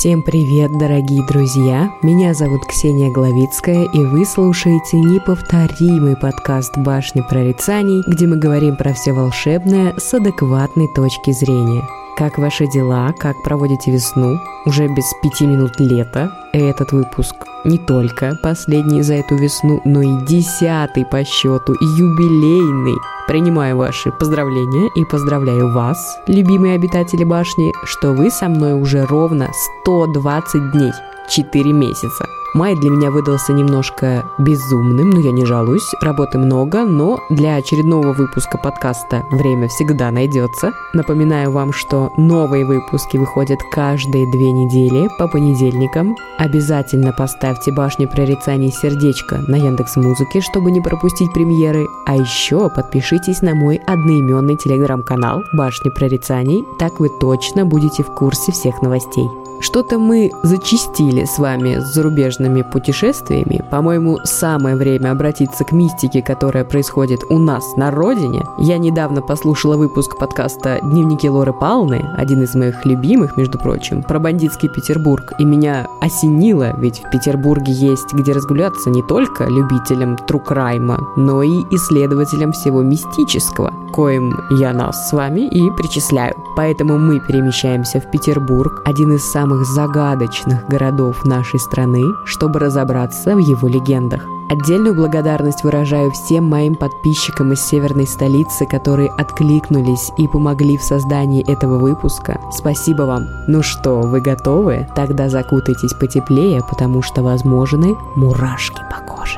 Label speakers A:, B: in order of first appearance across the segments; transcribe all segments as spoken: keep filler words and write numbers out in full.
A: Всем привет, дорогие друзья! Меня зовут Ксения Главицкая, и вы слушаете неповторимый подкаст «Башни прорицаний», где мы говорим про все волшебное с адекватной точки зрения. Как ваши дела? Как проводите весну? Уже без пяти минут лета. И этот выпуск не только последний за эту весну, но и десятый по счету, юбилейный. Принимаю ваши поздравления и поздравляю вас, любимые обитатели башни, что вы со мной уже ровно сто двадцать дней, четыре месяца. Май для меня выдался немножко безумным, но я не жалуюсь, работы много, но для очередного выпуска подкаста время всегда найдется. Напоминаю вам, что новые выпуски выходят каждые две недели по понедельникам. Обязательно поставьте «Башни прорицаний» сердечко на Яндекс.Музыке, чтобы не пропустить премьеры. А еще подпишитесь на мой одноименный телеграм-канал «Башни прорицаний», так вы точно будете в курсе всех новостей. Что-то мы зачастили с вами с зарубежными путешествиями. По-моему, самое время обратиться к мистике, которая происходит у нас на родине. Я недавно послушала выпуск подкаста «Дневники Лоры Палны», один из моих любимых, между прочим, про бандитский Петербург, и меня осенило, ведь в Петербурге есть где разгуляться не только любителям тру-крайма, но и исследователям всего мистического, коим я нас с вами и причисляю. Поэтому мы перемещаемся в Петербург, один из самых загадочных городов нашей страны, чтобы разобраться в его легендах. Отдельную благодарность выражаю всем моим подписчикам из северной столицы, которые откликнулись и помогли в создании этого выпуска. Спасибо вам. Ну что, вы готовы? Тогда закутайтесь потеплее, потому что возможны мурашки по коже.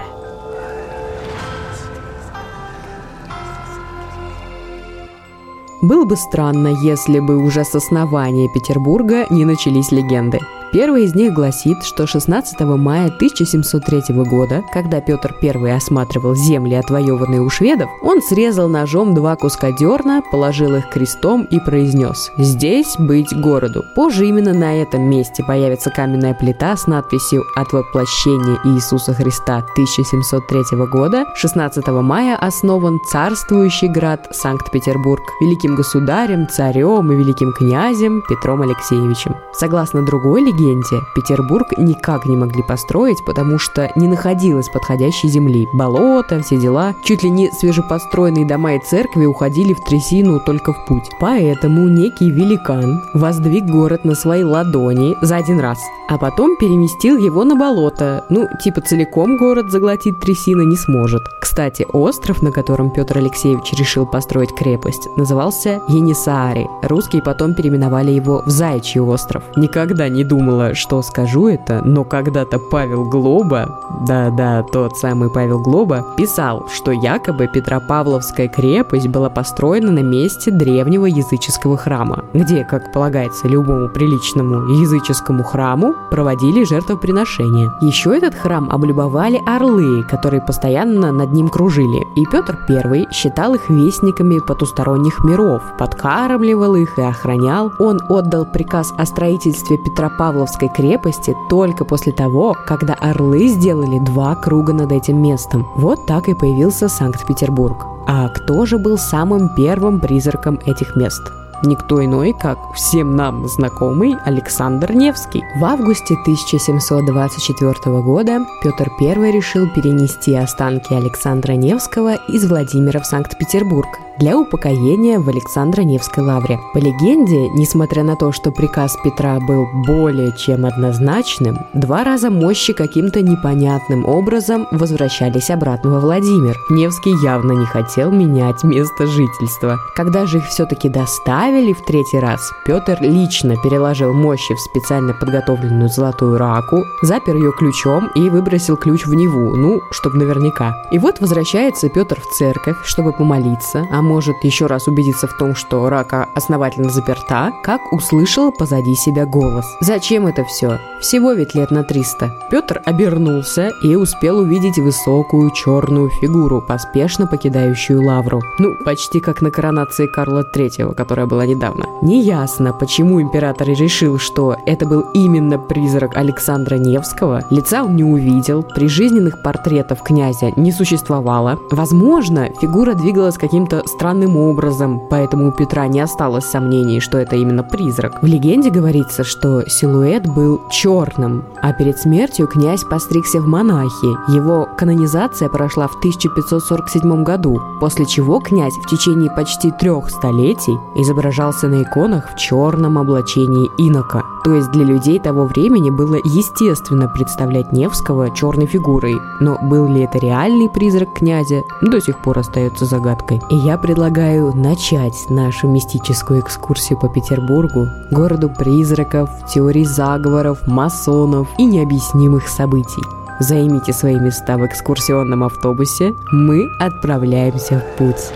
A: Было бы странно, если бы уже с основания Петербурга не начались легенды. Первая из них гласит, что шестнадцатого мая тысяча семьсот третьего года, когда Петр Первый осматривал земли, отвоеванные у шведов, он срезал ножом два куска дерна, положил их крестом и произнес «Здесь быть городу». Позже именно на этом месте появится каменная плита с надписью «От воплощения Иисуса Христа тысяча семьсот третьего года». шестнадцатого мая основан царствующий град Санкт-Петербург великим государем, царем и великим князем Петром Алексеевичем. Согласно другой легенде, Петербург никак не могли построить, потому что не находилось подходящей земли. Болото, все дела. Чуть ли не свежепостроенные дома и церкви уходили в трясину только в путь. Поэтому некий великан воздвиг город на свои ладони за один раз, а потом переместил его на болото. Ну, типа целиком город заглотить трясина не сможет. Кстати, остров, на котором Петр Алексеевич решил построить крепость, назывался Енисаари. Русские потом переименовали его в Заячий остров. Никогда не думала, что скажу это, но когда-то Павел Глоба, да-да, тот самый Павел Глоба, писал, что якобы Петропавловская крепость была построена на месте древнего языческого храма, где, как полагается любому приличному языческому храму, проводили жертвоприношения. Еще этот храм облюбовали орлы, которые постоянно над ним кружили, и Петр Первый считал их вестниками потусторонних миров, подкармливал их и охранял. Он отдал приказ о строительстве Петропавловской крепости только после того, когда орлы сделали два круга над этим местом. Вот так и появился Санкт-Петербург. А кто же был самым первым призраком этих мест? Никто иной, как всем нам знакомый Александр Невский. В августе тысяча семьсот двадцать четвёртого года Петр Первый решил перенести останки Александра Невского из Владимира в Санкт-Петербург для упокоения в Александро-Невской лавре. По легенде, несмотря на то, что приказ Петра был более чем однозначным, два раза мощи каким-то непонятным образом возвращались обратно во Владимир. Невский явно не хотел менять место жительства. Когда же их все-таки доставили в третий раз, Петр лично переложил мощи в специально подготовленную золотую раку, запер ее ключом и выбросил ключ в Неву, ну, чтобы наверняка. И вот возвращается Петр в церковь, чтобы помолиться, а может еще раз убедиться в том, что рака основательно заперта, как услышал позади себя голос. Зачем это все? Всего ведь лет на триста. Петр обернулся и успел увидеть высокую черную фигуру, поспешно покидающую лавру. Ну, почти как на коронации Карла Третьего, которая была была недавно. Неясно, почему император решил, что это был именно призрак Александра Невского. Лица он не увидел, прижизненных портретов князя не существовало. Возможно, фигура двигалась каким-то странным образом, поэтому у Петра не осталось сомнений, что это именно призрак. В легенде говорится, что силуэт был черным, а перед смертью князь постригся в монахи. Его канонизация прошла в тысяча пятьсот сорок седьмом году, после чего князь в течение почти трех столетий изображался на иконах в черном облачении инока. То есть для людей того времени было естественно представлять Невского черной фигурой. Но был ли это реальный призрак князя, до сих пор остается загадкой. И я предлагаю начать нашу мистическую экскурсию по Петербургу, городу призраков, теорий заговоров, масонов и необъяснимых событий. Займите свои места в экскурсионном автобусе, мы отправляемся в путь.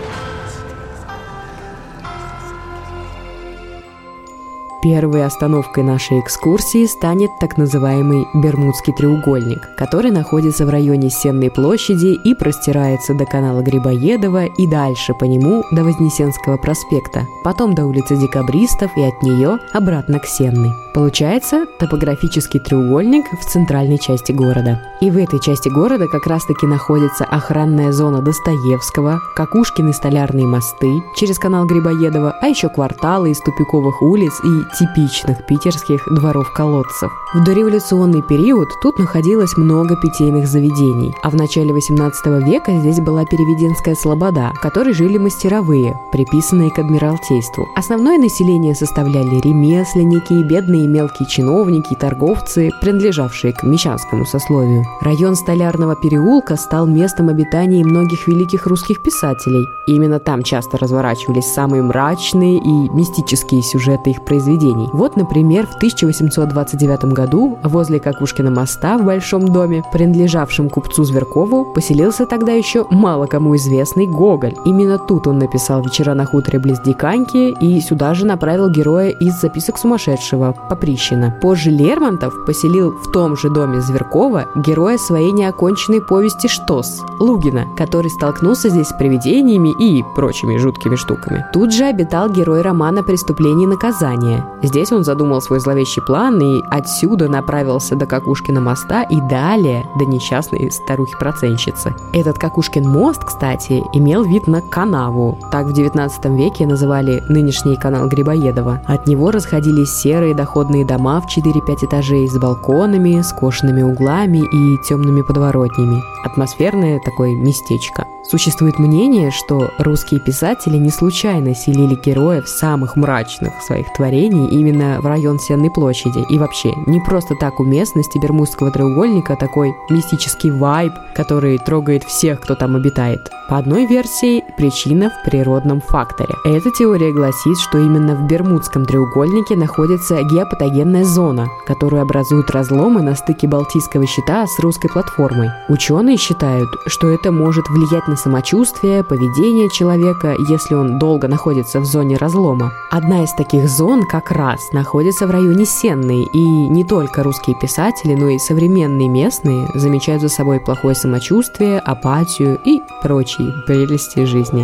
A: Первой остановкой нашей экскурсии станет так называемый Бермудский треугольник, который находится в районе Сенной площади и простирается до канала Грибоедова и дальше по нему до Вознесенского проспекта, потом до улицы Декабристов и от нее обратно к Сенной. Получается топографический треугольник в центральной части города. И в этой части города как раз-таки находится охранная зона Достоевского, Кокушкины столярные мосты через канал Грибоедова, а еще кварталы из тупиковых улиц и типичных питерских дворов-колодцев. В дореволюционный период тут находилось много питейных заведений, а в начале восемнадцатого века здесь была Переведенская слобода, в которой жили мастеровые, приписанные к адмиралтейству. Основное население составляли ремесленники, бедные мелкие чиновники и торговцы, принадлежавшие к мещанскому сословию. Район Столярного переулка стал местом обитания многих великих русских писателей. И именно там часто разворачивались самые мрачные и мистические сюжеты их произведений. Вот, например, в тысяча восемьсот двадцать девятом году возле Кокушкина моста в Большом доме, принадлежавшем купцу Зверкову, поселился тогда еще мало кому известный Гоголь. Именно тут он написал «Вечера на хуторе близ Диканьки» и сюда же направил героя из «Записок сумасшедшего» Поприщина. Позже Лермонтов поселил в том же доме Зверкова героя своей неоконченной повести «Штос» Лугина, который столкнулся здесь с привидениями и прочими жуткими штуками. Тут же обитал герой романа «Преступление и наказание». Здесь он задумал свой зловещий план и отсюда направился до Кокушкина моста и далее до несчастной старухи-процентщицы. Этот Кокушкин мост, кстати, имел вид на канаву. Так в девятнадцатом веке называли нынешний канал Грибоедова. От него расходились серые доходные дома в четыре-пять этажей с балконами, скошенными углами и темными подворотнями. Атмосферное такое местечко. Существует мнение, что русские писатели не случайно селили героев самых мрачных своих творений именно в район Сенной площади. И вообще, не просто так у местности Бермудского треугольника такой мистический вайб, который трогает всех, кто там обитает. По одной версии, причина в природном факторе. Эта теория гласит, что именно в Бермудском треугольнике находится геопатогенная зона, которую образуют разломы на стыке Балтийского щита с русской платформой. Ученые считают, что это может влиять на самочувствие, поведение человека, если он долго находится в зоне разлома. Одна из таких зон как раз находится в районе Сенной, и не только русские писатели, но и современные местные замечают за собой плохое самочувствие, апатию и прочие прелести жизни.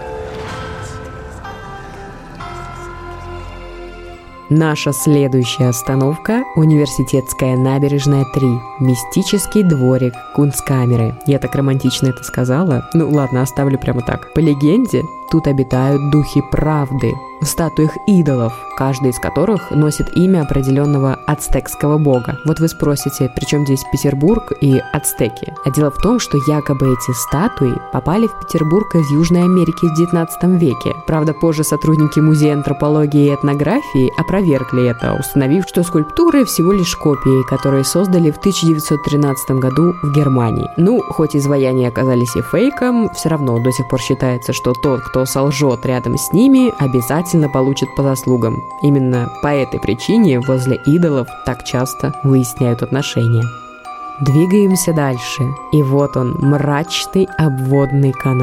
A: Наша следующая остановка – Университетская набережная три, мистический дворик Кунсткамеры. Я так романтично это сказала? Ну ладно, оставлю прямо так. По легенде, тут обитают духи правды в статуях идолов, каждый из которых носит имя определенного ацтекского бога. Вот вы спросите, при чем здесь Петербург и ацтеки? А дело в том, что якобы эти статуи попали в Петербург из Южной Америки в девятнадцатом веке. Правда, позже сотрудники Музея антропологии и этнографии опровергли это, установив, что скульптуры всего лишь копии, которые создали в тысяча девятьсот тринадцатом году в Германии. Ну, хоть изваяния оказались и фейком, все равно до сих пор считается, что тот, кто солжет рядом с ними, обязательно получит по заслугам. Именно по этой причине возле идолов так часто выясняют отношения. Двигаемся дальше. И вот он, мрачный обводный канал.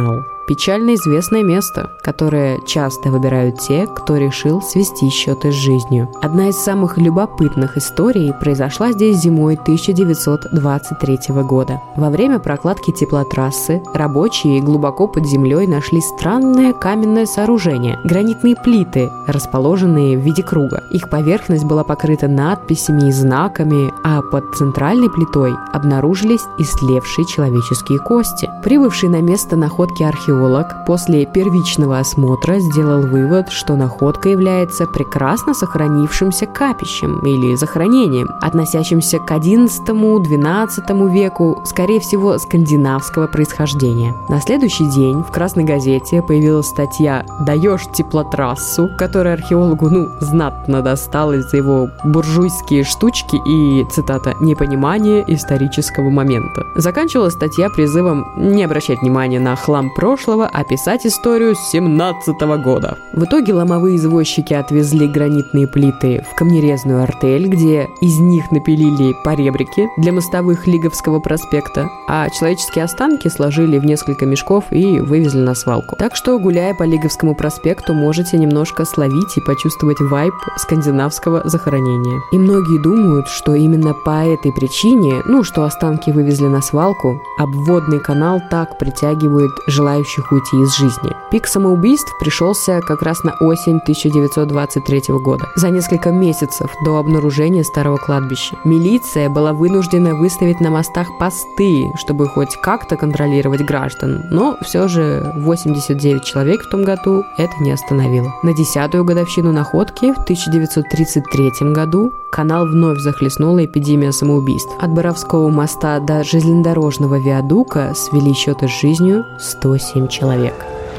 A: Печально известное место, которое часто выбирают те, кто решил свести счеты с жизнью. Одна из самых любопытных историй произошла здесь зимой тысяча девятьсот двадцать третьего года. Во время прокладки теплотрассы рабочие глубоко под землей нашли странное каменное сооружение – гранитные плиты, расположенные в виде круга. Их поверхность была покрыта надписями и знаками, а под центральной плитой обнаружились истлевшие человеческие кости. Прибывший на место находки археолог после первичного осмотра сделал вывод, что находка является прекрасно сохранившимся капищем или захоронением, относящимся к одиннадцатому-двенадцатому веку, скорее всего, скандинавского происхождения. На следующий день в «Красной газете» появилась статья «Даешь теплотрассу», которая археологу, ну, знатно досталась за его буржуйские штучки и, цитата, «непонимание исторического момента». Заканчивалась статья призывом не обращать внимания на хлам прошлого, а писать историю с семнадцатого года. В итоге ломовые извозчики отвезли гранитные плиты в камнерезную артель, где из них напилили поребрики для мостовых Лиговского проспекта, а человеческие останки сложили в несколько мешков и вывезли на свалку. Так что, гуляя по Лиговскому проспекту, можете немножко словить и почувствовать вайб скандинавского захоронения. И многие думают, что именно по этой причине, ну, что останки вывезли на свалку, обводный канал так притягивает желающих уйти из жизни. Пик самоубийств пришелся как раз на осень тысяча девятьсот двадцать третьего года. За несколько месяцев до обнаружения старого кладбища милиция была вынуждена выставить на мостах посты, чтобы хоть как-то контролировать граждан, но все же восемьдесят девять человек в том году это не остановило. На десятую годовщину находки в тысяча девятьсот тридцать третьем году канал вновь захлестнула эпидемия самоубийств. От Боровского моста до железнодорожного виадука свели счеты с жизнью сто семь человек.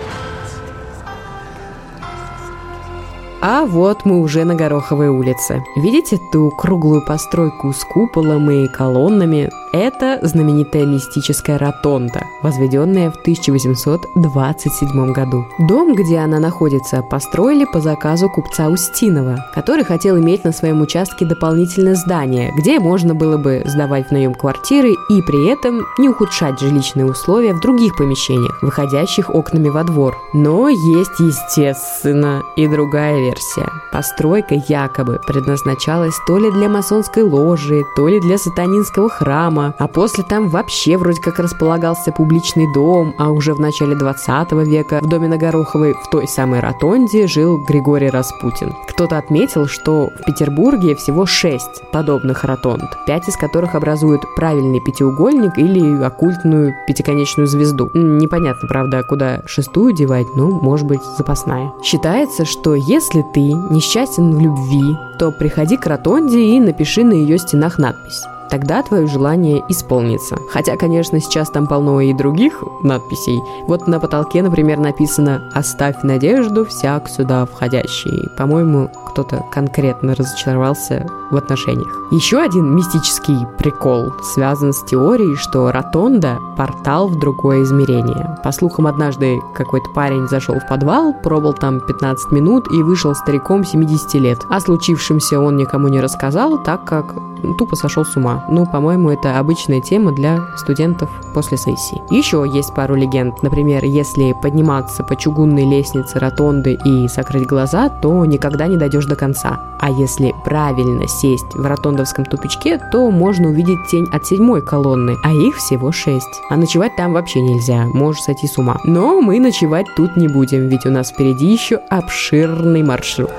A: А вот мы уже на Гороховой улице. Видите ту круглую постройку с куполом и колоннами? Это знаменитая мистическая ротонда, возведенная в тысяча восемьсот двадцать седьмом году. Дом, где она находится, построили по заказу купца Устинова, который хотел иметь на своем участке дополнительное здание, где можно было бы сдавать в наем квартиры и при этом не ухудшать жилищные условия в других помещениях, выходящих окнами во двор. Но есть, естественно, и другая версия. Постройка якобы предназначалась то ли для масонской ложи, то ли для сатанинского храма, а после там вообще вроде как располагался публичный дом, а уже в начале двадцатого века в доме на Гороховой в той самой ротонде жил Григорий Распутин. Кто-то отметил, что в Петербурге всего шесть подобных ротонд, пять из которых образуют правильный пятиугольник или оккультную пятиконечную звезду. Непонятно, правда, куда шестую девать, но, может быть, запасная. Считается, что если ты несчастен в любви, то приходи к ротонде и напиши на ее стенах надпись. Тогда твое желание исполнится. Хотя, конечно, сейчас там полно и других надписей. Вот на потолке, например, написано «Оставь надежду всяк сюда входящий». По-моему, кто-то конкретно разочаровался в отношениях. Еще один мистический прикол связан с теорией, что ротонда – портал в другое измерение. По слухам, однажды какой-то парень зашел в подвал, пробыл там пятнадцать минут и вышел стариком семидесяти лет. О случившемся он никому не рассказал, так как тупо сошел с ума. Ну, по-моему, это обычная тема для студентов после сессии. Еще есть пару легенд. Например, если подниматься по чугунной лестнице ротонды и закрыть глаза, то никогда не дойдешь до конца. А если правильно сесть в ротондовском тупичке, то можно увидеть тень от седьмой колонны, а их всего шесть. А ночевать там вообще нельзя, можешь сойти с ума. Но мы ночевать тут не будем, ведь у нас впереди еще обширный маршрут.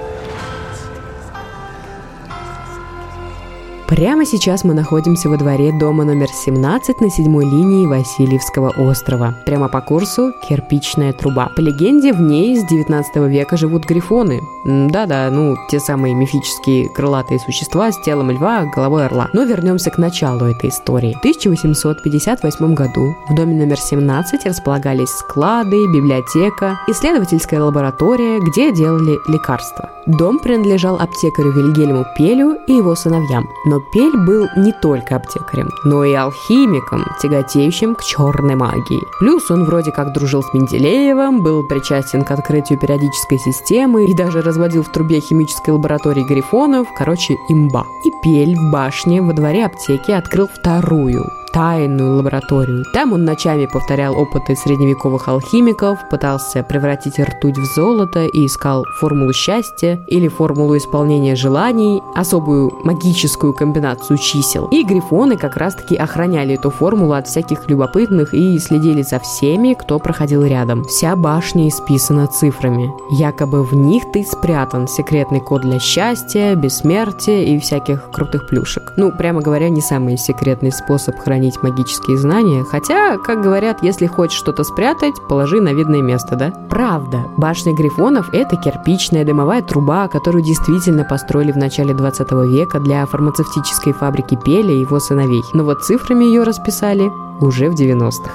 A: Прямо сейчас мы находимся во дворе дома номер семнадцать на седьмой линии Васильевского острова. Прямо по курсу кирпичная труба. По легенде, в ней с девятнадцатого века живут грифоны. Да-да, ну, те самые мифические крылатые существа с телом льва, головой орла. Но вернемся к началу этой истории. В тысяча восемьсот пятьдесят восьмом году в доме номер семнадцать располагались склады, библиотека, исследовательская лаборатория, где делали лекарства. Дом принадлежал аптекарю Вильгельму Пелю и его сыновьям. Но Пель был не только аптекарем, но и алхимиком, тяготеющим к черной магии. Плюс он вроде как дружил с Менделеевым, был причастен к открытию периодической системы и даже разводил в трубе химической лаборатории грифонов, короче, имба. И Пель в башне во дворе аптеки открыл вторую, тайную лабораторию. Там он ночами повторял опыты средневековых алхимиков, пытался превратить ртуть в золото и искал формулу счастья или формулу исполнения желаний, особую магическую комбинацию чисел. И грифоны как раз-таки охраняли эту формулу от всяких любопытных и следили за всеми, кто проходил рядом. Вся башня исписана цифрами. Якобы в них-то и спрятан секретный код для счастья, бессмертия и всяких крутых плюшек. Ну, прямо говоря, не самый секретный способ хранить магические знания, хотя, как говорят, если хочешь что-то спрятать, положи на видное место, да? Правда, башня грифонов – это кирпичная дымовая труба, которую действительно построили в начале двадцатого века для фармацевтической фабрики Пеля и его сыновей. Но вот цифрами ее расписали уже в девяностых.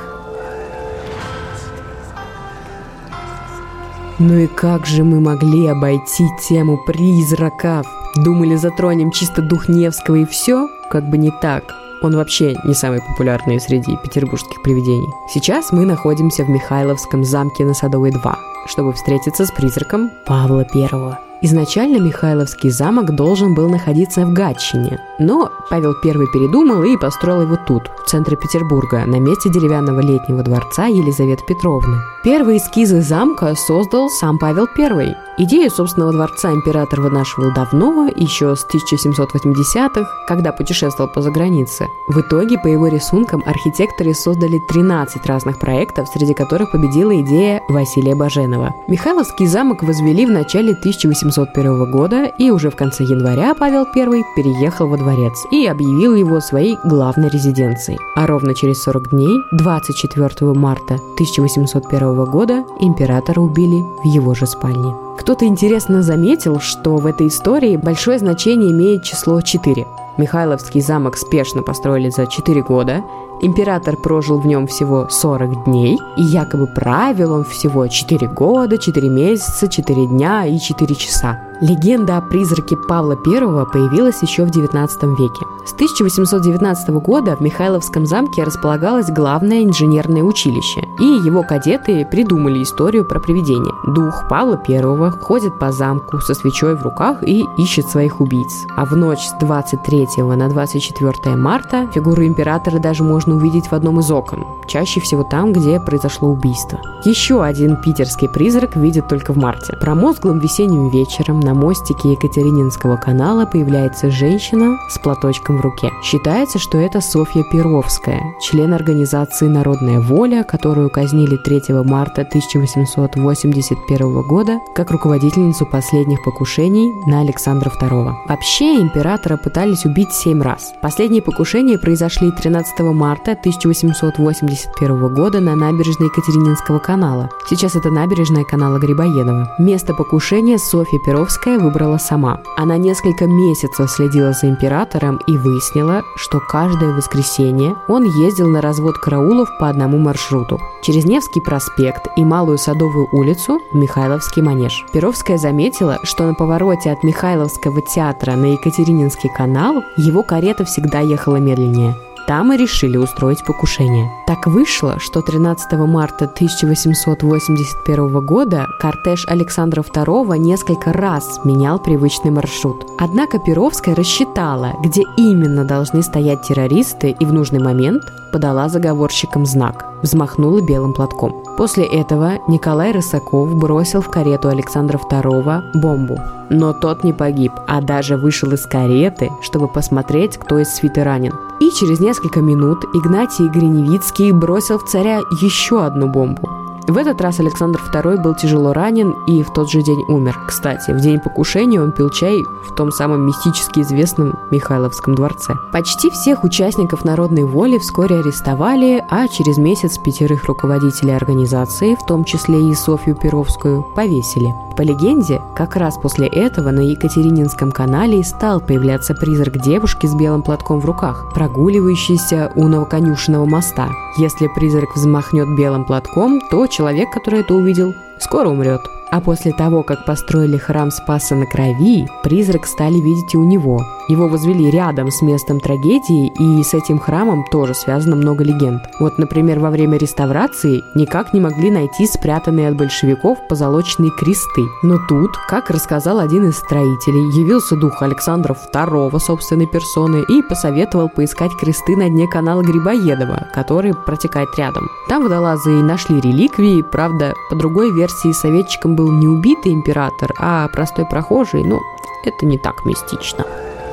A: Ну и как же мы могли обойти тему призраков? Думали, затронем чисто дух Невского и все? Как бы не так. Он вообще не самый популярный среди петербургских привидений. Сейчас мы находимся в Михайловском замке на Садовой два, чтобы встретиться с призраком Павла Первого. Изначально Михайловский замок должен был находиться в Гатчине, но Павел Первый передумал и построил его тут, в центре Петербурга, на месте деревянного летнего дворца Елизаветы Петровны. Первые эскизы замка создал сам Павел Первый. Идею собственного дворца император вынашивал давно, еще с тысяча семьсот восьмидесятых, когда путешествовал по загранице. В итоге, по его рисункам, архитекторы создали тринадцать разных проектов, среди которых победила идея Василия Баженова. Михайловский замок возвели в начале тысяча восемьсот первого года, и уже в конце января Павел Первый переехал во дворец и объявил его своей главной резиденцией. А ровно через сорок дней, двадцать четвёртого марта тысяча восемьсот первого года, императора убили в его же спальне. Кто-то интересно заметил, что в этой истории большое значение имеет число четыре. Михайловский замок спешно построили за четыре года, император прожил в нем всего сорок дней, и якобы правил он всего четыре года, четыре месяца, четыре дня и четыре часа. Легенда о призраке Павла Первого появилась еще в девятнадцатом веке. С тысяча восемьсот девятнадцатого года в Михайловском замке располагалось главное инженерное училище, и его кадеты придумали историю про привидение. Дух Павла Первого ходит по замку со свечой в руках и ищет своих убийц. А в ночь с двадцать третьего на двадцать четвёртое марта фигуру императора даже можно увидеть в одном из окон, чаще всего там, где произошло убийство. Еще один питерский призрак видят только в марте. Промозглым весенним вечером на мостике Екатерининского канала появляется женщина с платочком в руке. Считается, что это Софья Перовская, член организации «Народная воля», которую казнили третьего марта тысяча восемьсот восемьдесят первого года как руководительницу последних покушений на Александра Второго. Вообще императора пытались убить семь раз. Последние покушения произошли тринадцатого марта тысяча восемьсот восемьдесят первого года на набережной Екатерининского канала. Сейчас это набережная канала Грибоедова. Место покушения Софья Перовская выбрала сама. Она несколько месяцев следила за императором и выяснила, что каждое воскресенье он ездил на развод караулов по одному маршруту. Через Невский проспект и Малую Садовую улицу в Михайловский манеж. Перовская заметила, что на повороте от Михайловского театра на Екатерининский канал его карета всегда ехала медленнее. Там и решили устроить покушение. Так вышло, что тринадцатого марта тысяча восемьсот восемьдесят первого года кортеж Александра Второго несколько раз менял привычный маршрут. Однако Перовская рассчитала, где именно должны стоять террористы, и в нужный момент подала заговорщикам знак, взмахнула белым платком. После этого Николай Рысаков бросил в карету Александра Второго бомбу. Но тот не погиб, а даже вышел из кареты, чтобы посмотреть, кто из свиты ранен. И через несколько минут Игнатий Гриневицкий бросил в царя еще одну бомбу. В этот раз Александр Второй был тяжело ранен и в тот же день умер. Кстати, в день покушения он пил чай в том самом мистически известном Михайловском дворце. Почти всех участников народной воли вскоре арестовали, а через месяц пятерых руководителей организации, в том числе и Софью Перовскую, повесили. По легенде, как раз после этого на Екатерининском канале и стал появляться призрак девушки с белым платком в руках, прогуливающейся у Новоконюшенного моста. Если призрак взмахнет белым платком, то человек, который это увидел, скоро умрет. А после того, как построили храм Спаса на Крови, призрак стали видеть и у него. Его возвели рядом с местом трагедии, и с этим храмом тоже связано много легенд. Вот, например, во время реставрации никак не могли найти спрятанные от большевиков позолоченные кресты. Но тут, как рассказал один из строителей, явился дух Александра второго собственной персоны и посоветовал поискать кресты на дне канала Грибоедова, который протекает рядом. Там водолазы и нашли реликвии, правда, по другой версии советчиком был не убитый император, а простой прохожий, но это не так мистично.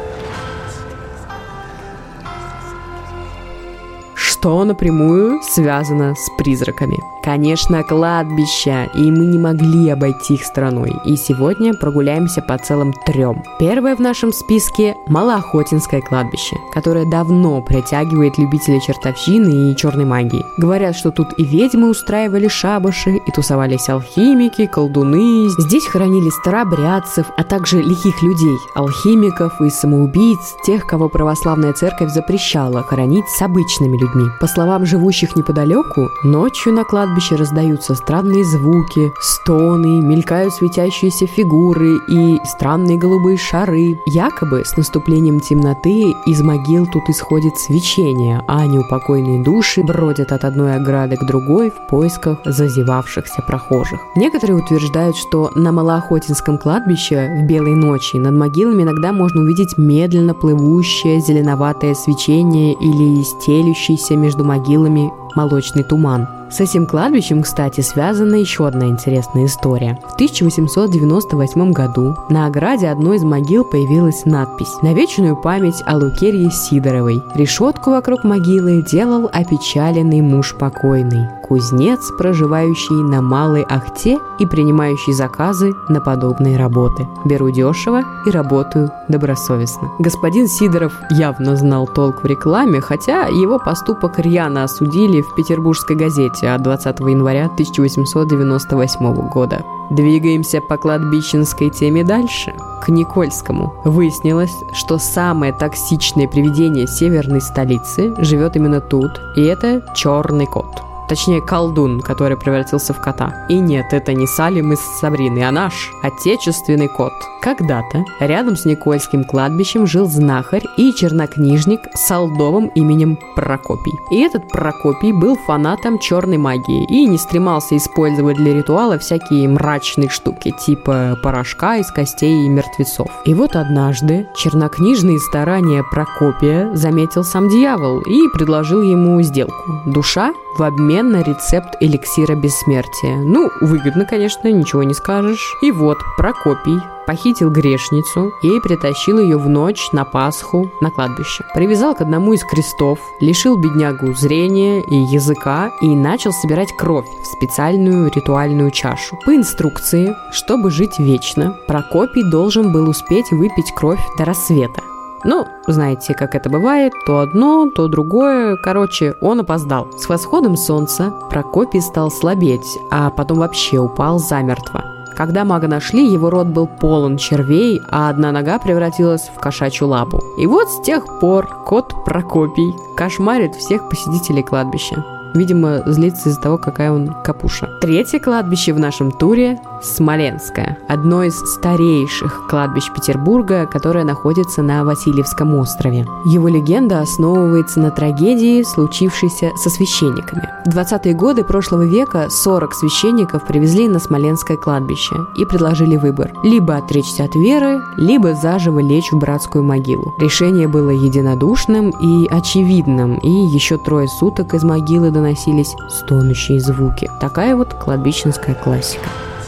A: Что напрямую связано с призраками? Конечно, кладбища, и мы не могли обойти их стороной. И сегодня прогуляемся по целым трем. Первое в нашем списке – Малоохотинское кладбище, которое давно притягивает любителей чертовщины и черной магии. Говорят, что тут и ведьмы устраивали шабаши, и тусовались алхимики, колдуны. Здесь хоронили старообрядцев, а также лихих людей, алхимиков и самоубийц, тех, кого православная церковь запрещала хоронить с обычными людьми. По словам живущих неподалеку, ночью на кладбище раздаются странные звуки, стоны, мелькают светящиеся фигуры и странные голубые шары. Якобы с наступлением темноты из могил тут исходит свечение, а неупокоенные души бродят от одной ограды к другой в поисках зазевавшихся прохожих. Некоторые утверждают, что на Малоохотинском кладбище в белой ночи над могилами иногда можно увидеть медленно плывущее зеленоватое свечение или стелющийся между могилами молочный туман. С этим кладбищем, кстати, связана еще одна интересная история. В тысяча восемьсот девяносто восьмом году на ограде одной из могил появилась надпись «На вечную память о Лукерье Сидоровой. Решетку вокруг могилы делал опечаленный муж покойный, кузнец, проживающий на Малой Ахте и принимающий заказы на подобные работы. Беру дешево и работаю добросовестно». Господин Сидоров явно знал толк в рекламе, хотя его поступок рьяно осудили в Петербургской газете от двадцатого января тысяча восемьсот девяносто восьмого года. Двигаемся по кладбищенской теме дальше, к Никольскому. Выяснилось, что самое токсичное привидение северной столицы живет именно тут, и это черный кот. Точнее, колдун, который превратился в кота. И нет, это не Салим из Сабрины, а наш отечественный кот. Когда-то рядом с Никольским кладбищем жил знахарь и чернокнижник с солдовым именем Прокопий. И этот Прокопий был фанатом черной магии и не стремался использовать для ритуала всякие мрачные штуки, типа порошка из костей и мертвецов. И вот однажды чернокнижные старания Прокопия заметил сам дьявол и предложил ему сделку. Душа в обмен на рецепт эликсира бессмертия. Ну, выгодно, конечно, ничего не скажешь. И вот Прокопий похитил грешницу и притащил ее в ночь на Пасху на кладбище. Привязал к одному из крестов, лишил беднягу зрения и языка и начал собирать кровь в специальную ритуальную чашу. По инструкции, чтобы жить вечно, Прокопий должен был успеть выпить кровь до рассвета. Ну, знаете, как это бывает, то одно, то другое. Короче, он опоздал. С восходом солнца Прокопий стал слабеть, а потом вообще упал замертво. Когда мага нашли, его рот был полон червей, а одна нога превратилась в кошачью лапу. И вот с тех пор кот Прокопий кошмарит всех посетителей кладбища. Видимо, злится из-за того, какая он капуша. Третье кладбище в нашем туре – Смоленское. Одно из старейших кладбищ Петербурга, которое находится на Васильевском острове. Его легенда основывается на трагедии, случившейся со священниками. В двадцатые годы прошлого века сорок священников привезли на Смоленское кладбище и предложили выбор – либо отречься от веры, либо заживо лечь в братскую могилу. Решение было единодушным и очевидным, и еще трое суток из могилы доносились стонущие звуки. Такая вот кладбищенская классика.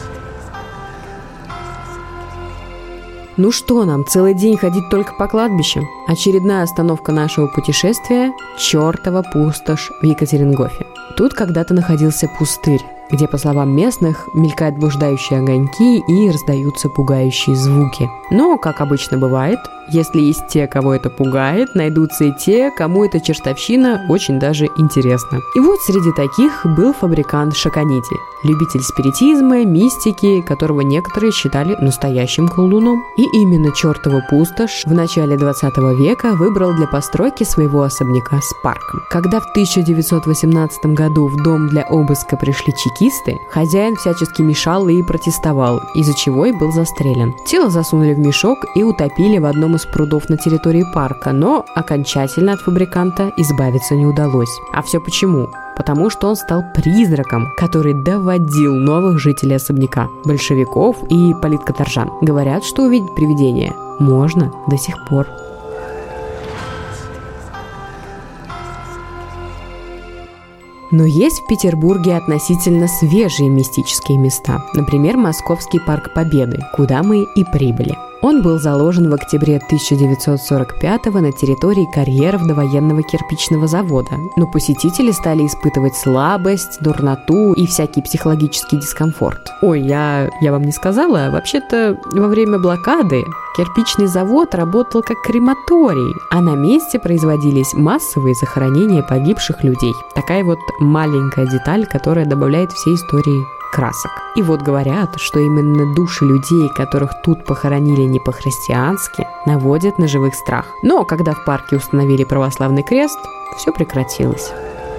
A: Ну что нам, целый день ходить только по кладбищам? Очередная остановка нашего путешествия – чертова пустошь в Екатерингофе. Тут когда-то находился пустырь, где, по словам местных, мелькают блуждающие огоньки и раздаются пугающие звуки. Но, как обычно бывает, если есть те, кого это пугает, найдутся и те, кому эта чертовщина очень даже интересна. И вот среди таких был фабрикант Шаконити, любитель спиритизма, мистики, которого некоторые считали настоящим колдуном. И именно чертова пустошь в начале двадцатого века выбрал для постройки своего особняка с парком. Когда в тысяча девятьсот восемнадцатом году в дом для обыска пришли чекисты, троцкисты, хозяин всячески мешал и протестовал, из-за чего и был застрелен. Тело засунули в мешок и утопили в одном из прудов на территории парка, но окончательно от фабриканта избавиться не удалось. А все почему? Потому что он стал призраком, который доводил новых жителей особняка, большевиков и политкоторжан. Говорят, что увидеть привидение можно до сих пор. Но есть в Петербурге относительно свежие мистические места, например, Московский парк Победы, куда мы и прибыли. Он был заложен в октябре тысяча девятьсот сорок пятого на территории карьеров довоенного кирпичного завода, но посетители стали испытывать слабость, дурноту и всякий психологический дискомфорт. Ой, я, я вам не сказала, вообще-то во время блокады кирпичный завод работал как крематорий, а на месте производились массовые захоронения погибших людей. Такая вот маленькая деталь, которая добавляет всей истории красок. И вот говорят, что именно души людей, которых тут похоронили не по-христиански, наводят на живых страх. Но когда в парке установили православный крест, все прекратилось.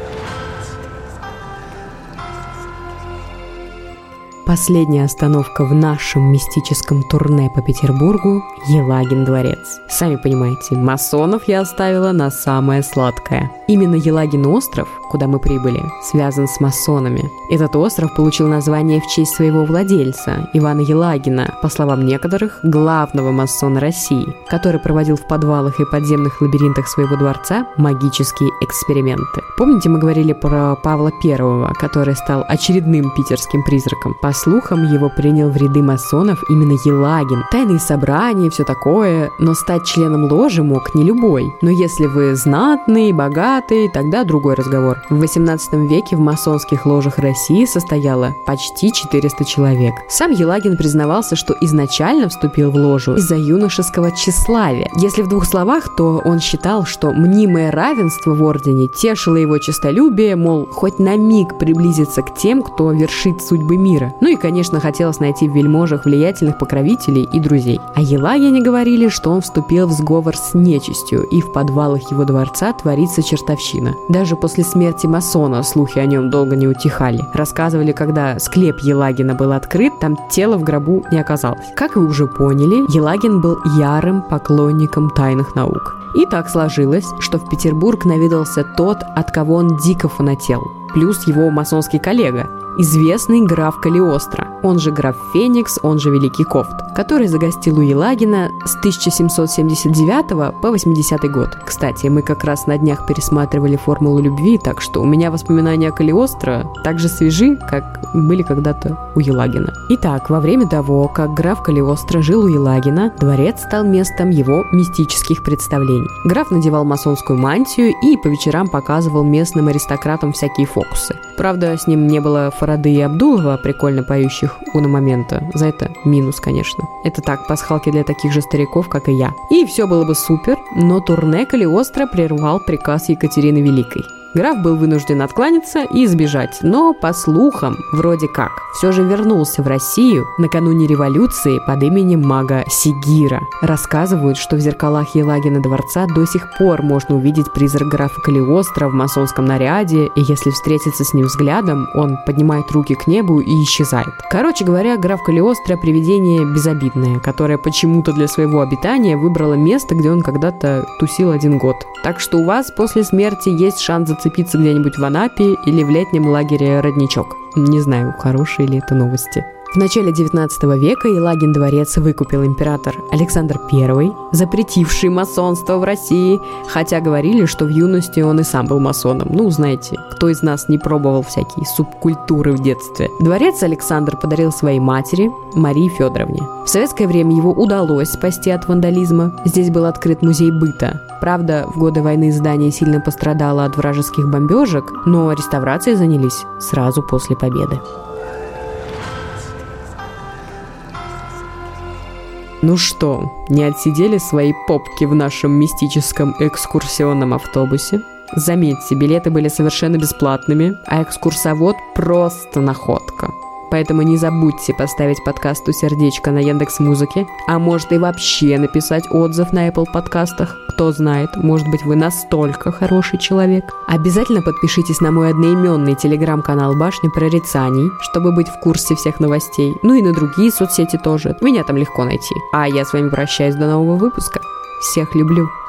A: Последняя остановка в нашем мистическом турне по Петербургу – Елагин дворец. Сами понимаете, масонов я оставила на самое сладкое. Именно Елагин остров, куда мы прибыли, связан с масонами. Этот остров получил название в честь своего владельца, Ивана Елагина, по словам некоторых, главного масона России, который проводил в подвалах и подземных лабиринтах своего дворца магические эксперименты. Помните, мы говорили про Павла Первого, который стал очередным питерским призраком? По слухам, его принял в ряды масонов именно Елагин. Тайные собрания и все такое, но стать членом ложи мог не любой. Но если вы знатный, богатый, тогда другой разговор. В восемнадцатом веке в масонских ложах России состояло почти четыреста человек. Сам Елагин признавался, что изначально вступил в ложу из-за юношеского тщеславия. Если в двух словах, то он считал, что мнимое равенство в ордене тешило его честолюбие, мол, хоть на миг приблизиться к тем, кто вершит судьбы мира. Ну и, конечно, хотелось найти в вельможах влиятельных покровителей и друзей. О Елагине говорили, что он вступил в сговор с нечистью, и в подвалах его дворца творится чертовщина. Даже после смерти масона слухи о нем долго не утихали. Рассказывали, когда склеп Елагина был открыт, там тело в гробу не оказалось. Как вы уже поняли, Елагин был ярым поклонником тайных наук. И так сложилось, что в Петербург наведался тот, от кого он дико фанател, плюс его масонский коллега, известный граф Калиостро, он же граф Феникс, он же Великий Кофт, который загостил у Елагина с тысяча семьсот семьдесят девятого по восьмидесятый год. Кстати, мы как раз на днях пересматривали «Формулу любви», так что у меня воспоминания о Калиостро так же свежи, как были когда-то у Елагина. Итак, во время того, как граф Калиостро жил у Елагина, дворец стал местом его мистических представлений. Граф надевал масонскую мантию и по вечерам показывал местным аристократам всякие фокусы. Правда, с ним не было Фарады и Абдулова, прикольно поющих уна момента. За это минус, конечно. Это так, пасхалки для таких же стариков, как и я. И все было бы супер, но турне Калиостро прервал приказ Екатерины Великой. Граф был вынужден откланяться и сбежать, но, по слухам, вроде как, все же вернулся в Россию накануне революции под именем мага Сигира. Рассказывают, что в зеркалах Елагина дворца до сих пор можно увидеть призрак графа Калиостро в масонском наряде, и если встретиться с ним взглядом, он поднимает руки к небу и исчезает. Короче говоря, граф Калиостро – привидение безобидное, которое почему-то для своего обитания выбрало место, где он когда-то тусил один год. Так что у вас после смерти есть шанс зацепиться где-нибудь в Анапе или в летнем лагере «Родничок». Не знаю, хорошие ли это новости. В начале девятнадцатого века Елагин дворец выкупил император Александр Первый, запретивший масонство в России, хотя говорили, что в юности он и сам был масоном. Ну, знаете, кто из нас не пробовал всякие субкультуры в детстве. Дворец Александр подарил своей матери, Марии Федоровне. В советское время его удалось спасти от вандализма. Здесь был открыт музей быта. Правда, в годы войны здание сильно пострадало от вражеских бомбежек, но реставрацией занялись сразу после победы. Ну что, не отсидели свои попки в нашем мистическом экскурсионном автобусе? Заметьте, билеты были совершенно бесплатными, а экскурсовод просто находка. Поэтому не забудьте поставить подкасту сердечко на Яндекс.Музыке, а может и вообще написать отзыв на Apple подкастах. Кто знает, может быть, вы настолько хороший человек. Обязательно подпишитесь на мой одноименный телеграм-канал «Башня прорицаний», чтобы быть в курсе всех новостей. Ну и на другие соцсети тоже. Меня там легко найти. А я с вами прощаюсь до нового выпуска. Всех люблю.